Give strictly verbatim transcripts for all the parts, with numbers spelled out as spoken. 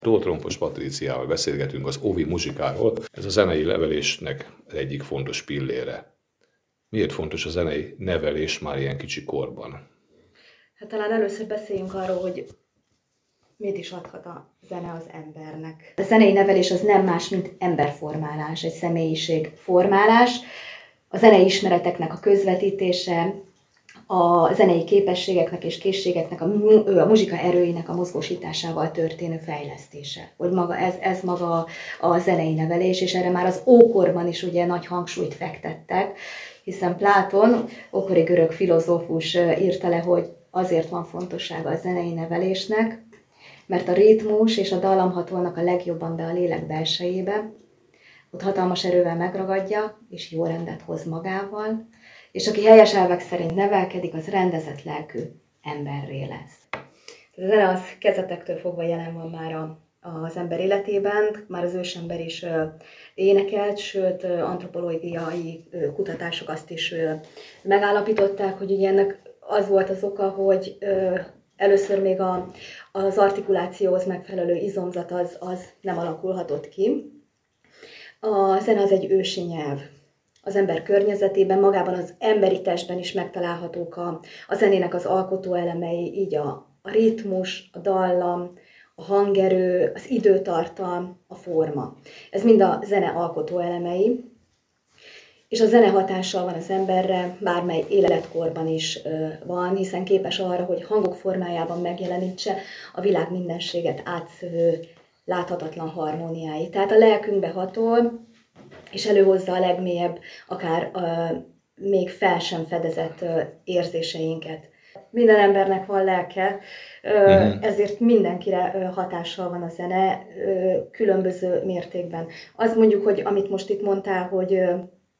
Tóth Patríciával beszélgetünk az óvi muzsikáról. Ez a zenei nevelésnek egyik fontos pillére. Miért fontos a zenei nevelés már ilyen kicsi korban? Hát talán először beszéljünk arról, hogy mit is adhat a zene az embernek. A zenei nevelés az nem más, mint emberformálás, egy személyiségformálás. A zenei ismereteknek a közvetítése, a zenei képességeknek és készségeknek, a, a muzsika erőinek a mozgósításával történő fejlesztése. Hogy maga, ez, ez maga a zenei nevelés, és erre már az ókorban is ugye nagy hangsúlyt fektettek, hiszen Pláton, ókori görög filozófus írta le, hogy azért van fontossága a zenei nevelésnek, mert a ritmus és a dallam hatolnak a legjobban be a lélek belsejébe, ott hatalmas erővel megragadja, és jó rendet hoz magával, és aki helyes elvek szerint nevelkedik, az rendezett lelkű emberré lesz. A zene az kezdetektől fogva jelen van már a, az ember életében, már az ősember is énekelt, sőt antropológiai kutatások azt is megállapították, hogy ugye ennek az volt az oka, hogy először még a, az artikulációhoz megfelelő izomzat az, az nem alakulhatott ki. A zene az egy ősi nyelv. Az ember környezetében, magában az emberi testben is megtalálhatók a, a zenének az alkotó elemei, így a, a ritmus, a dallam, a hangerő, az időtartam, a forma. Ez mind a zene alkotó elemei, és a zene hatással van az emberre, bármely életkorban is van, hiszen képes arra, hogy hangok formájában megjelenítse a világ mindenséget átszövő, láthatatlan harmóniáit. Tehát a lelkünkbe hatol, és előhozza a legmélyebb, akár uh, még fel sem fedezett uh, érzéseinket. Minden embernek van lelke, uh, ezért mindenkire uh, hatással van a zene uh, különböző mértékben. Az mondjuk, hogy amit most itt mondtál, hogy uh,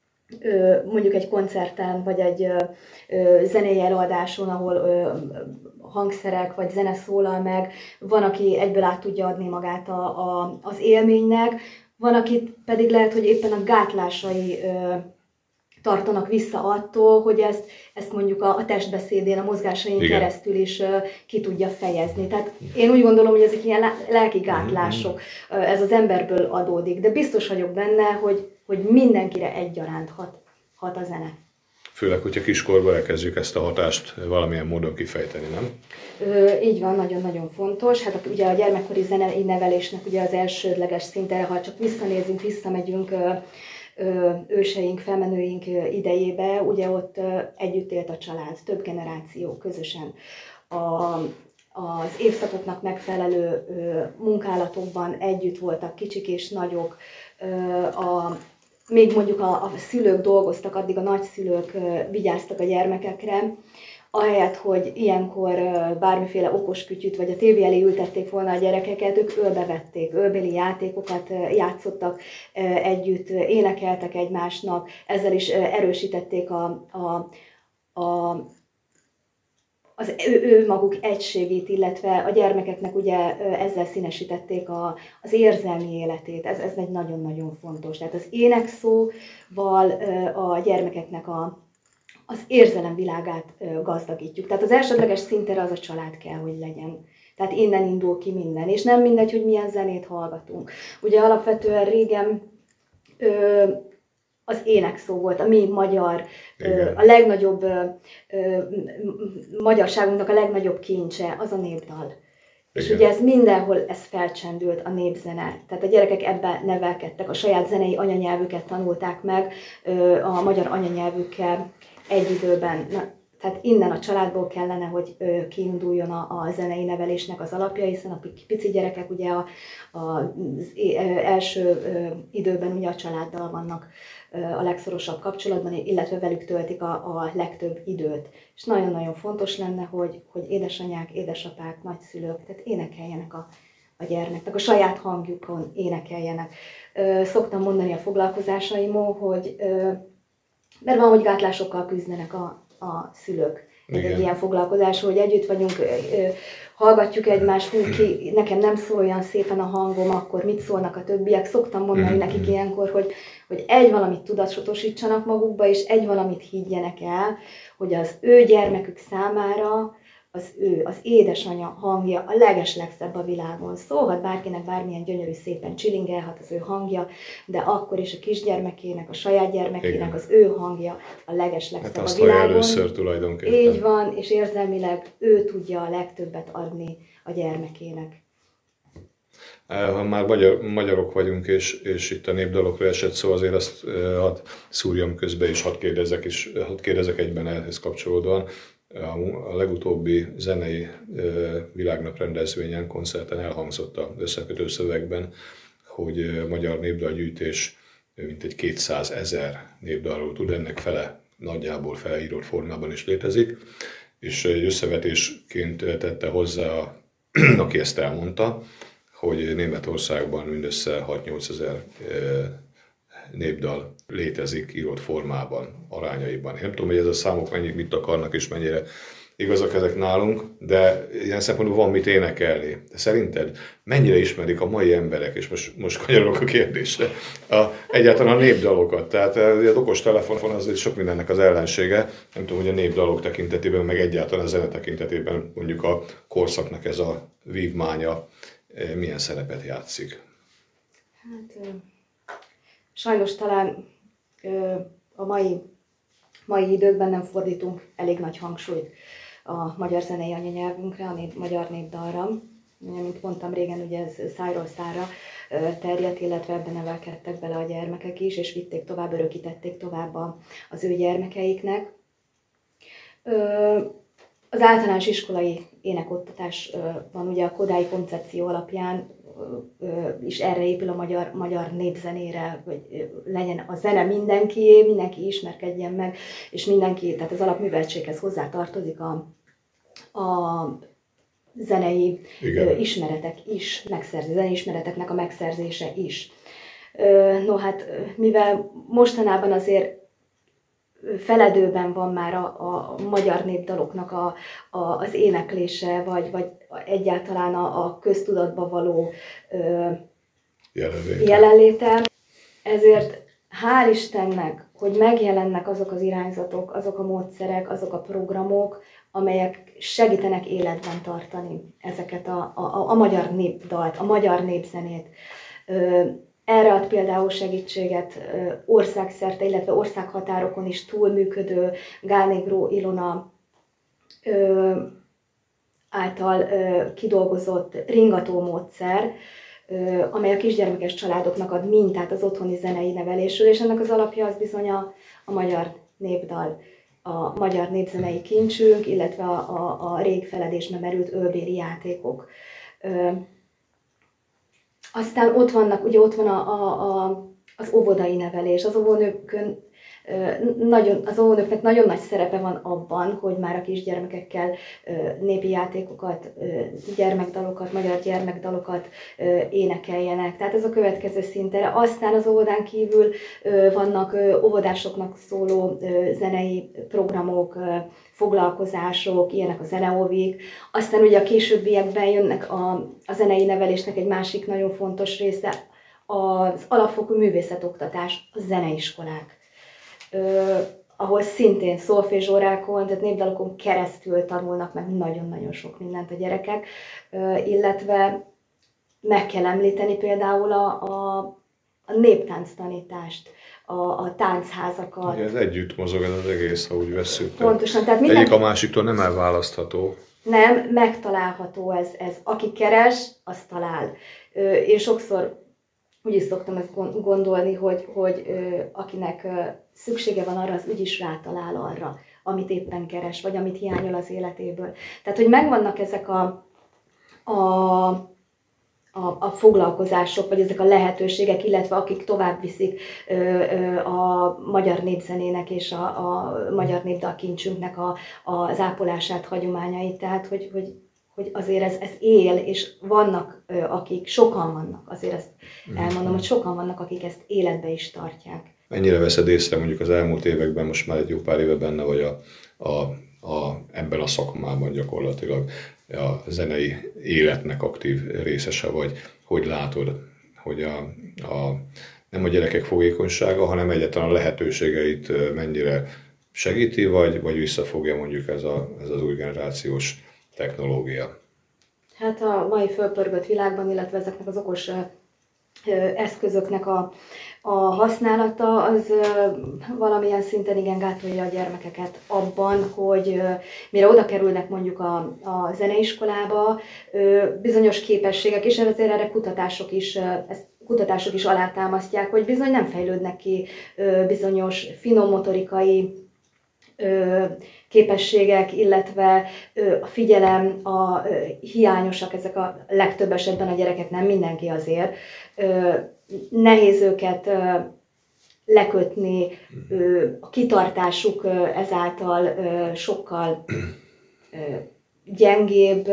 uh, mondjuk egy koncerten, vagy egy uh, uh, zenei előadáson, ahol uh, hangszerek vagy zene szólal meg, van, aki egyből át tudja adni magát a, a, az élménynek, van, akit pedig lehet, hogy éppen a gátlásai ö, tartanak vissza attól, hogy ezt, ezt mondjuk a, a testbeszédén, a mozgásain Igen. keresztül is ö, ki tudja fejezni. Tehát én úgy gondolom, hogy ezek ilyen lelki gátlások, ö, ez az emberből adódik, de biztos vagyok benne, hogy, hogy mindenkire egyaránt hat, hat a zene. Főleg, hogyha kiskorban elkezdjük ezt a hatást valamilyen módon kifejteni, nem? Ö, így van, nagyon-nagyon fontos. Hát ugye a gyermekkori zenei nevelésnek ugye az elsődleges szinte, ha csak visszanézünk, visszamegyünk ö, ö, őseink, felmenőink idejébe, ugye ott ö, együtt élt a család, több generáció közösen. A, az évszakoknak megfelelő ö, munkálatokban együtt voltak kicsik és nagyok, ö, a még mondjuk a, a szülők dolgoztak, addig a nagyszülők vigyáztak a gyermekekre, ahelyett, hogy ilyenkor bármiféle okos kütyüt vagy a tévé elé ültették volna a gyerekeket, ők ölbevették, ölbéli játékokat játszottak együtt, énekeltek egymásnak, ezzel is erősítették a, a, a az ő, ő maguk egységét, illetve a gyermekeknek ugye ezzel színesítették a, az érzelmi életét. Ez, ez egy nagyon-nagyon fontos. Tehát az énekszóval a gyermekeknek a, az érzelemvilágát gazdagítjuk. Tehát az elsődleges szintere az a család kell, hogy legyen. Tehát innen indul ki minden. És nem mindegy, hogy milyen zenét hallgatunk. Ugye alapvetően régen ö, az énekszó volt, a mi magyar, Igen. a legnagyobb, magyarságunknak a legnagyobb kincse, az a népdal. Igen. És ugye ez mindenhol ez felcsendült, a népzene. Tehát a gyerekek ebben nevelkedtek, a saját zenei anyanyelvüket tanulták meg a magyar anyanyelvükkel egy időben. Na, tehát innen a családból kellene, hogy kiinduljon a, a zenei nevelésnek az alapja, hiszen a pici gyerekek ugye a, a, az első időben ugye a családdal vannak a legszorosabb kapcsolatban, illetve velük töltik a, a legtöbb időt. És nagyon-nagyon fontos lenne, hogy, hogy édesanyák, édesapák, nagyszülők, tehát énekeljenek a, a gyermeknek, a saját hangjukon énekeljenek. Szoktam mondani a foglalkozásaimon, hogy mert van, hogy gátlásokkal küzdenek a, a szülők. Egy, egy ilyen foglalkozás, hogy együtt vagyunk, hallgatjuk egymást, ki, nekem nem szól olyan szépen a hangom, akkor mit szólnak a többiek. Szoktam mondani nekik ilyenkor, hogy, hogy egy valamit tudatosítsanak magukba, és egy valamit higgyenek el, hogy az ő gyermekük számára az ő, az édesanyja hangja a legeslegszebb a világon. Szólhat bárkinek bármilyen gyönyörű, szépen csilingelhat az ő hangja, de akkor is a kisgyermekének, a saját gyermekének igen. az ő hangja a legeslegszebb hát a világon. először tulajdonképpen. Így van, és érzelmileg ő tudja a legtöbbet adni a gyermekének. Ha már magyar, magyarok vagyunk, és, és itt a népdalokra esett szó, azért azt hadd szúrjam közbe, és hadd kérdezek, és hadd kérdezek egyben ehhez kapcsolódóan. A legutóbbi zenei világnap rendezvényen, koncerten elhangzott az összekötő szövegben, hogy magyar népdalgyűjtés mintegy kétszázezer népdalról tud, ennek fele nagyjából felírott formában is létezik, és egy összevetésként tette hozzá, aki ezt elmondta, hogy Németországban mindössze hat-nyolcezer népdal létezik írott formában, arányaiban. Én nem tudom, hogy ez a számok mennyit mit akarnak és mennyire igazak ezek nálunk, de ilyen szempontból van mit énekelni. De szerinted mennyire ismerik a mai emberek, és most, most kanyarodok a kérdésre, a, egyáltalán a népdalokat? Tehát az okos telefon az sok mindennek az ellensége. Nem tudom, hogy a népdalok tekintetében, meg egyáltalán a zene tekintetében mondjuk a korszaknak ez a vívmánya milyen szerepet játszik? Hát sajnos talán a mai, mai időkben nem fordítunk elég nagy hangsúlyt a magyar zenei anyanyelvünkre, a nép, magyar népdalra. Mint mondtam régen, ugye ez szájról szára terjedt, illetve ebben nevelkedtek bele a gyermekek is, és vitték tovább, örökítették tovább az ő gyermekeiknek. Az általános iskolai énekoktatás van ugye a Kodály koncepció alapján is erre épül a magyar, magyar népzenére, hogy legyen a zene mindenkié, mindenki ismerkedjen meg, és mindenki, tehát az alapműveltséghez hozzátartozik a, a zenei igen. ismeretek is, megszerzi, zenei ismereteknek a megszerzése is. No hát, mivel mostanában azért feledőben van már a, a magyar népdaloknak a, a, az éneklése, vagy, vagy egyáltalán a, a köztudatba való ö, jelenléte. jelenléte. Ezért hál' Istennek, hogy megjelennek azok az irányzatok, azok a módszerek, azok a programok, amelyek segítenek életben tartani ezeket a, a, a magyar népdalt, a magyar népzenét. Ö, Erre ad például segítséget országszerte, illetve országhatárokon is túlműködő Gálnégró Ilona ö, által ö, kidolgozott ringató módszer, ö, amely a kisgyermekes családoknak ad mintát az otthoni zenei nevelésről, és ennek az alapja az bizony a, a magyar népdal, a magyar népzenei kincsünk, illetve a, a, a rég feledésbe merült ölbéri játékok. Ö, Aztán ott vannak, ugye ott van a, a, a, az óvodai nevelés. Az óvónőkön, nagyon, az óvónőknek nagyon nagy szerepe van abban, hogy már a kisgyermekekkel népi játékokat, gyermekdalokat, magyar gyermekdalokat énekeljenek. Tehát ez a következő szintre. Aztán az óvodán kívül vannak óvodásoknak szóló zenei programok, foglalkozások, ilyenek a zeneóvik. Aztán ugye a későbbiekben jönnek a, a zenei nevelésnek egy másik nagyon fontos része, az alapfokú művészetoktatás, a zeneiskolák. Ö, ahol szintén szolfézsórákon, tehát népdalokon keresztül tanulnak meg nagyon-nagyon sok mindent a gyerekek, ö, illetve meg kell említeni például a, a, a néptánctanítást, a, a táncházakat. Ugye ez együtt mozog ez az egész, ha úgy vesszük. Pontosan. Tehát minden... Egyik a másiktól nem elválasztható. Nem, megtalálható ez, ez. Aki keres, az talál. Ö, én sokszor úgy is szoktam ezt gondolni, hogy, hogy ö, akinek ö, szüksége van arra, az úgyis rátalál arra, amit éppen keres, vagy amit hiányol az életéből. Tehát, hogy megvannak ezek a, a, a, a foglalkozások, vagy ezek a lehetőségek, illetve akik tovább viszik ö, ö, a magyar népzenének és a, a magyar népdalkincsünknek a, az ápolását, hagyományait. Tehát, hogy, hogy hogy azért ez, ez él, és vannak, akik, sokan vannak, azért ezt elmondom, hogy sokan vannak, akik ezt életbe is tartják. Mennyire veszed észre mondjuk az elmúlt években, most már egy jó pár éve benne vagy a, a, a, ebben a szakmában gyakorlatilag a zenei életnek aktív részese vagy, hogy látod, hogy a, a, nem a gyerekek fogékonysága, hanem egyáltalán a lehetőségeit mennyire segíti, vagy, vagy visszafogja mondjuk ez, a, ez az új generációs technológia? Hát a mai fölpörgött világban, illetve ezeknek az okos eszközöknek a, a használata, az valamilyen szinten igen gátolja a gyermekeket abban, hogy mire oda kerülnek mondjuk a, a zeneiskolába, bizonyos képességek, és azért erre kutatások is, ezt kutatások is alátámasztják, hogy bizony nem fejlődnek ki bizonyos finom motorikai képességek, illetve a figyelem, a hiányosak, ezek a legtöbb esetben a gyerekek, nem mindenki azért. Nehéz őket lekötni, a kitartásuk ezáltal sokkal gyengébb,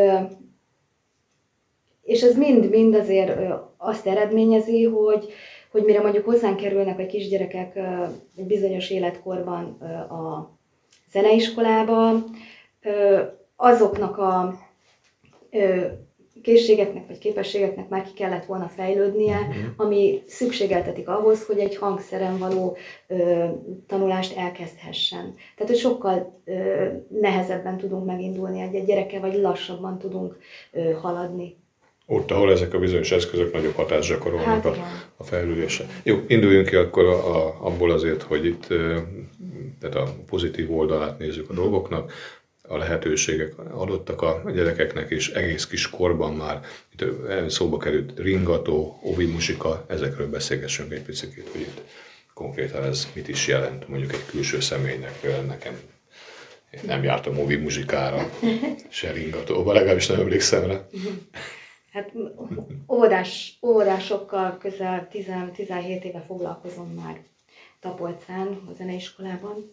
és ez mind-mind azért azt eredményezi, hogy, hogy mire mondjuk hozzánk kerülnek a kisgyerekek egy bizonyos életkorban a zeneiskolába, azoknak a készségeknek vagy képességeknek már ki kellett volna fejlődnie, ami szükségeltetik ahhoz, hogy egy hangszeren való tanulást elkezdhessen. Tehát, hogy sokkal nehezebben tudunk megindulni egy gyerekkel, vagy lassabban tudunk haladni. Ott, ahol ezek a bizonyos eszközök nagyobb hatást gyakorolnak, hát, a, a fejlődésre. Jó, induljunk ki akkor a, a, abból azért, hogy itt tehát a pozitív oldalát nézzük a dolgoknak. A lehetőségek adottak a gyerekeknek, és egész kis korban már itt szóba került ringató, ovi muzsika, ezekről beszélgessünk egy picit, hogy itt konkrétan ez mit is jelent mondjuk egy külső személynek, például nekem. Én nem jártam ovi muzsikára, se ringatóba, legalábbis nem emlékszem rá. Hát óvodás, óvodásokkal közel tíz-tizenhét éve foglalkozom már Tapolcán, a zeneiskolában.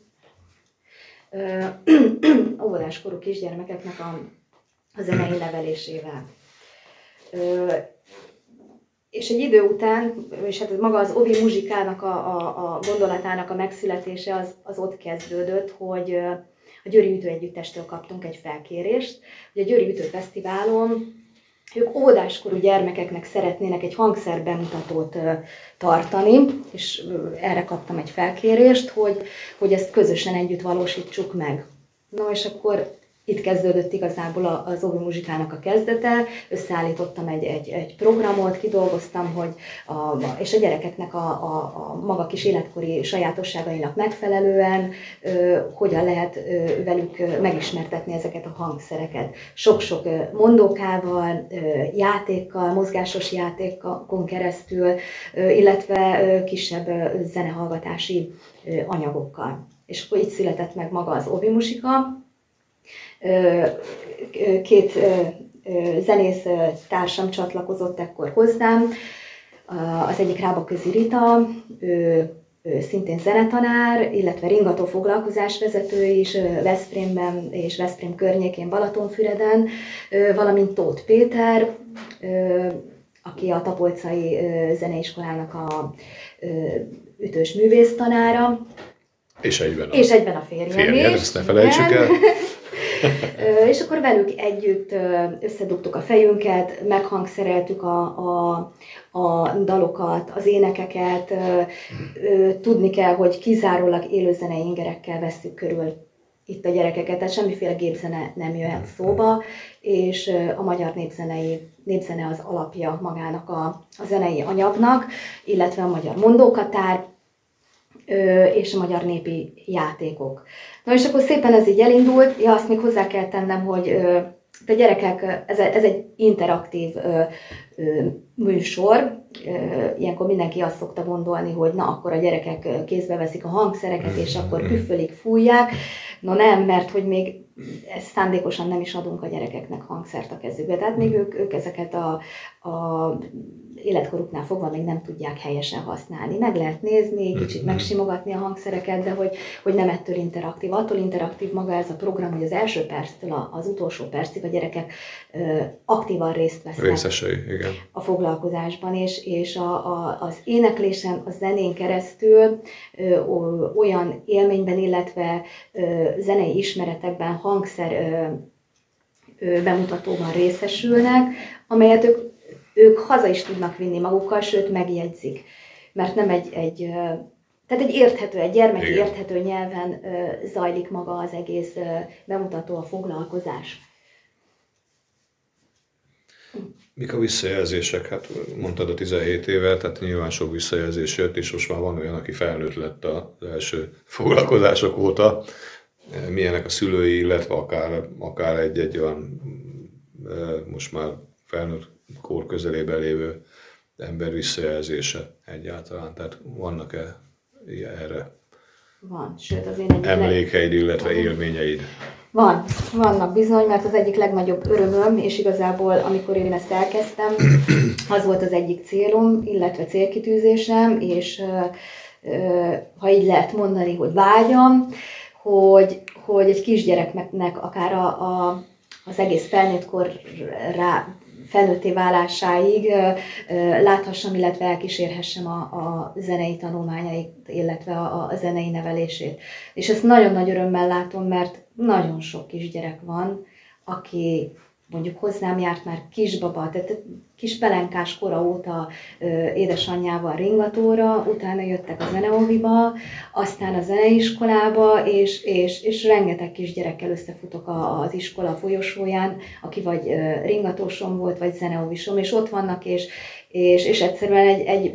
Óvodáskorú kisgyermekeknek a, a zenei nevelésével. Ö, és egy idő után, és hát maga az ovi muzsikának a, a, a gondolatának a megszületése az, az ott kezdődött, hogy a Győri Ütő Együttestől kaptunk egy felkérést, hogy a Győri Ütő Fesztiválon ők óvodáskorú gyermekeknek szeretnének egy hangszer bemutatót tartani, és erre kaptam egy felkérést, hogy, hogy ezt közösen együtt valósítsuk meg. Na és akkor itt kezdődött igazából az ovi muzsikának a kezdete, összeállítottam egy, egy, egy programot, kidolgoztam, hogy a, és a gyerekeknek a, a, a maga kis életkori sajátosságainak megfelelően ö, hogyan lehet ö, velük megismertetni ezeket a hangszereket. Sok-sok ö, mondókával, ö, játékkal, mozgásos játékon keresztül, ö, illetve ö, kisebb ö, zenehallgatási ö, anyagokkal. És akkor így született meg maga az ovi muzsika. Két zenész társam csatlakozott ekkor hozzám, az egyik Rábaközi Rita, ő, ő szintén zenetanár, illetve ringató foglalkozásvezető is Veszprémben és Veszprém környékén, Balatonfüreden, valamint Tóth Péter, aki a Tapolcai Zeneiskolának a ütős művésztanára. És egyben a, és egyben a férjem, férjem is. Ezt ne felejtsük el. És akkor velük együtt összedugtuk a fejünket, meghangszereltük a, a, a dalokat, az énekeket. Tudni kell, hogy kizárólag élőzenei ingerekkel vesszük körül itt a gyerekeket, tehát semmiféle gépzene nem jöhet szóba, és a magyar népzenei, népzene az alapja magának a, a zenei anyagnak, illetve a magyar mondókatár, és a magyar népi játékok. Na és akkor szépen ez így elindult, ja, azt még hozzá kell tennem, hogy a gyerekek, ez, ez egy interaktív műsor, ilyenkor mindenki azt szokta gondolni, hogy na akkor a gyerekek kézbe veszik a hangszereket, és akkor püffölik, fújják. No nem, mert hogy még ezt szándékosan nem is adunk a gyerekeknek hangszert a kezükbe. Tehát még ők, ők ezeket a, a életkoruknál fogva még nem tudják helyesen használni. Meg lehet nézni, kicsit megsimogatni a hangszereket, de hogy, hogy nem ettől interaktív. Attól interaktív maga ez a program, hogy az első perctől az utolsó percig a gyerekek aktívan részt vesznek Részesei, igen. a foglalkozásban, és, és a, a, az éneklésen, a zenén keresztül ö, ö, olyan élményben, illetve ö, zenei ismeretekben, hangszer ö, ö, bemutatóban részesülnek, amelyet ők ők haza is tudnak vinni magukkal, sőt megjegyzik. Mert nem egy, egy tehát egy érthető, egy gyermeki Igen. érthető nyelven zajlik maga az egész bemutató, a foglalkozás. Mik a visszajelzések? Hát mondtad a tizenhét éve, tehát nyilván sok visszajelzés jött, és most már van olyan, aki felnőtt lett az első foglalkozások óta. Milyenek a szülői, illetve akár, akár egy-egy olyan most már felnőtt kor közelében lévő ember visszajelzése egyáltalán? Tehát vannak-e erre Van, sőt az én egyik emlékeid, illetve élményeid? Van, vannak bizony, mert az egyik legnagyobb örömöm, és igazából amikor én ezt elkezdtem, az volt az egyik célom, illetve célkitűzésem, és ha így lehet mondani, hogy vágyam, hogy, hogy egy kisgyereknek akár a, a, az egész felnőttkor felnőtté válásáig láthassam, illetve elkísérhessem a, a zenei tanulmányait, illetve a, a zenei nevelését. És ezt nagyon nagy örömmel látom, mert nagyon sok kisgyerek van, aki mondjuk hozzám járt már kisbaba, tehát kis pelenkás kora óta ö, édesanyjával ringatóra, utána jöttek a zeneóviba, aztán a zeneiskolába, és, és, és rengeteg kisgyerekkel összefutok a, az iskola folyosóján, aki vagy ö, ringatósom volt, vagy zeneóvisom, és ott vannak, és, és, és egyszerűen egy, egy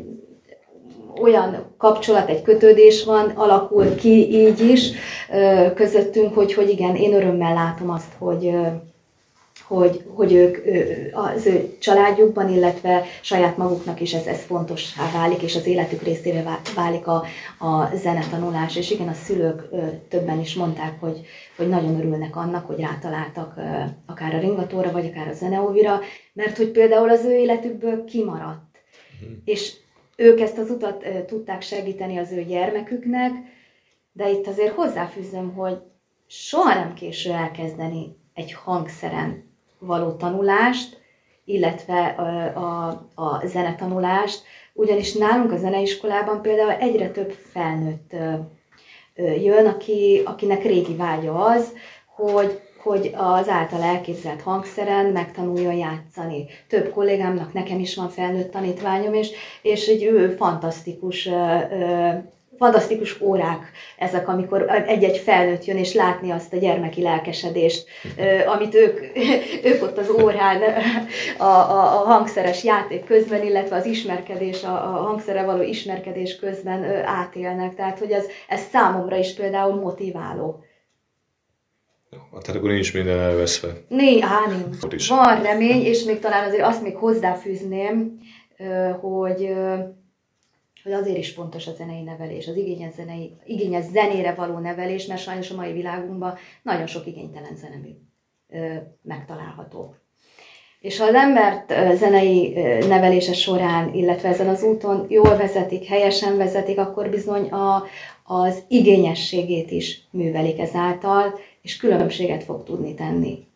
olyan kapcsolat, egy kötődés van, alakul ki így is ö, közöttünk, hogy, hogy igen, én örömmel látom azt, hogy ö, Hogy, hogy ők az ő családjukban, illetve saját maguknak is ez, ez fontossá válik, és az életük részévé válik a, a zenetanulás. És igen, a szülők többen is mondták, hogy, hogy nagyon örülnek annak, hogy rátaláltak akár a ringatóra, vagy akár a zeneóvira, mert hogy például az ő életükből kimaradt. Mm. És ők ezt az utat tudták segíteni az ő gyermeküknek, de itt azért hozzáfűzöm, hogy soha nem késő elkezdeni egy hangszeren való tanulást, illetve a, a, a zenetanulást, ugyanis nálunk a zeneiskolában például egyre több felnőtt jön, aki, akinek régi vágya az, hogy, hogy az által elképzelt hangszeren megtanuljon játszani. Több kollégámnak, nekem is van felnőtt tanítványom, és, és egy ő fantasztikus Fantasztikus órák ezek, amikor egy-egy felnőtt jön, és látni azt a gyermeki lelkesedést, amit ők, ők ott az órán a, a, a hangszeres játék közben, illetve az ismerkedés, a, a hangszerrel való ismerkedés közben átélnek. Tehát, hogy ez, ez számomra is például motiváló. Tehát akkor nincs minden elveszve. Né, á, nincs. Van remény, és még talán azért azt még hozzáfűzném, hogy hogy azért is fontos a zenei nevelés, az igényes, zenei, igényes zenére való nevelés, mert sajnos a mai világunkban nagyon sok igénytelen zenemű ö, megtalálható. És ha az embert ö, zenei ö, nevelése során, illetve ezen az úton jól vezetik, helyesen vezetik, akkor bizony a, az igényességét is művelik ezáltal, és különbséget fog tudni tenni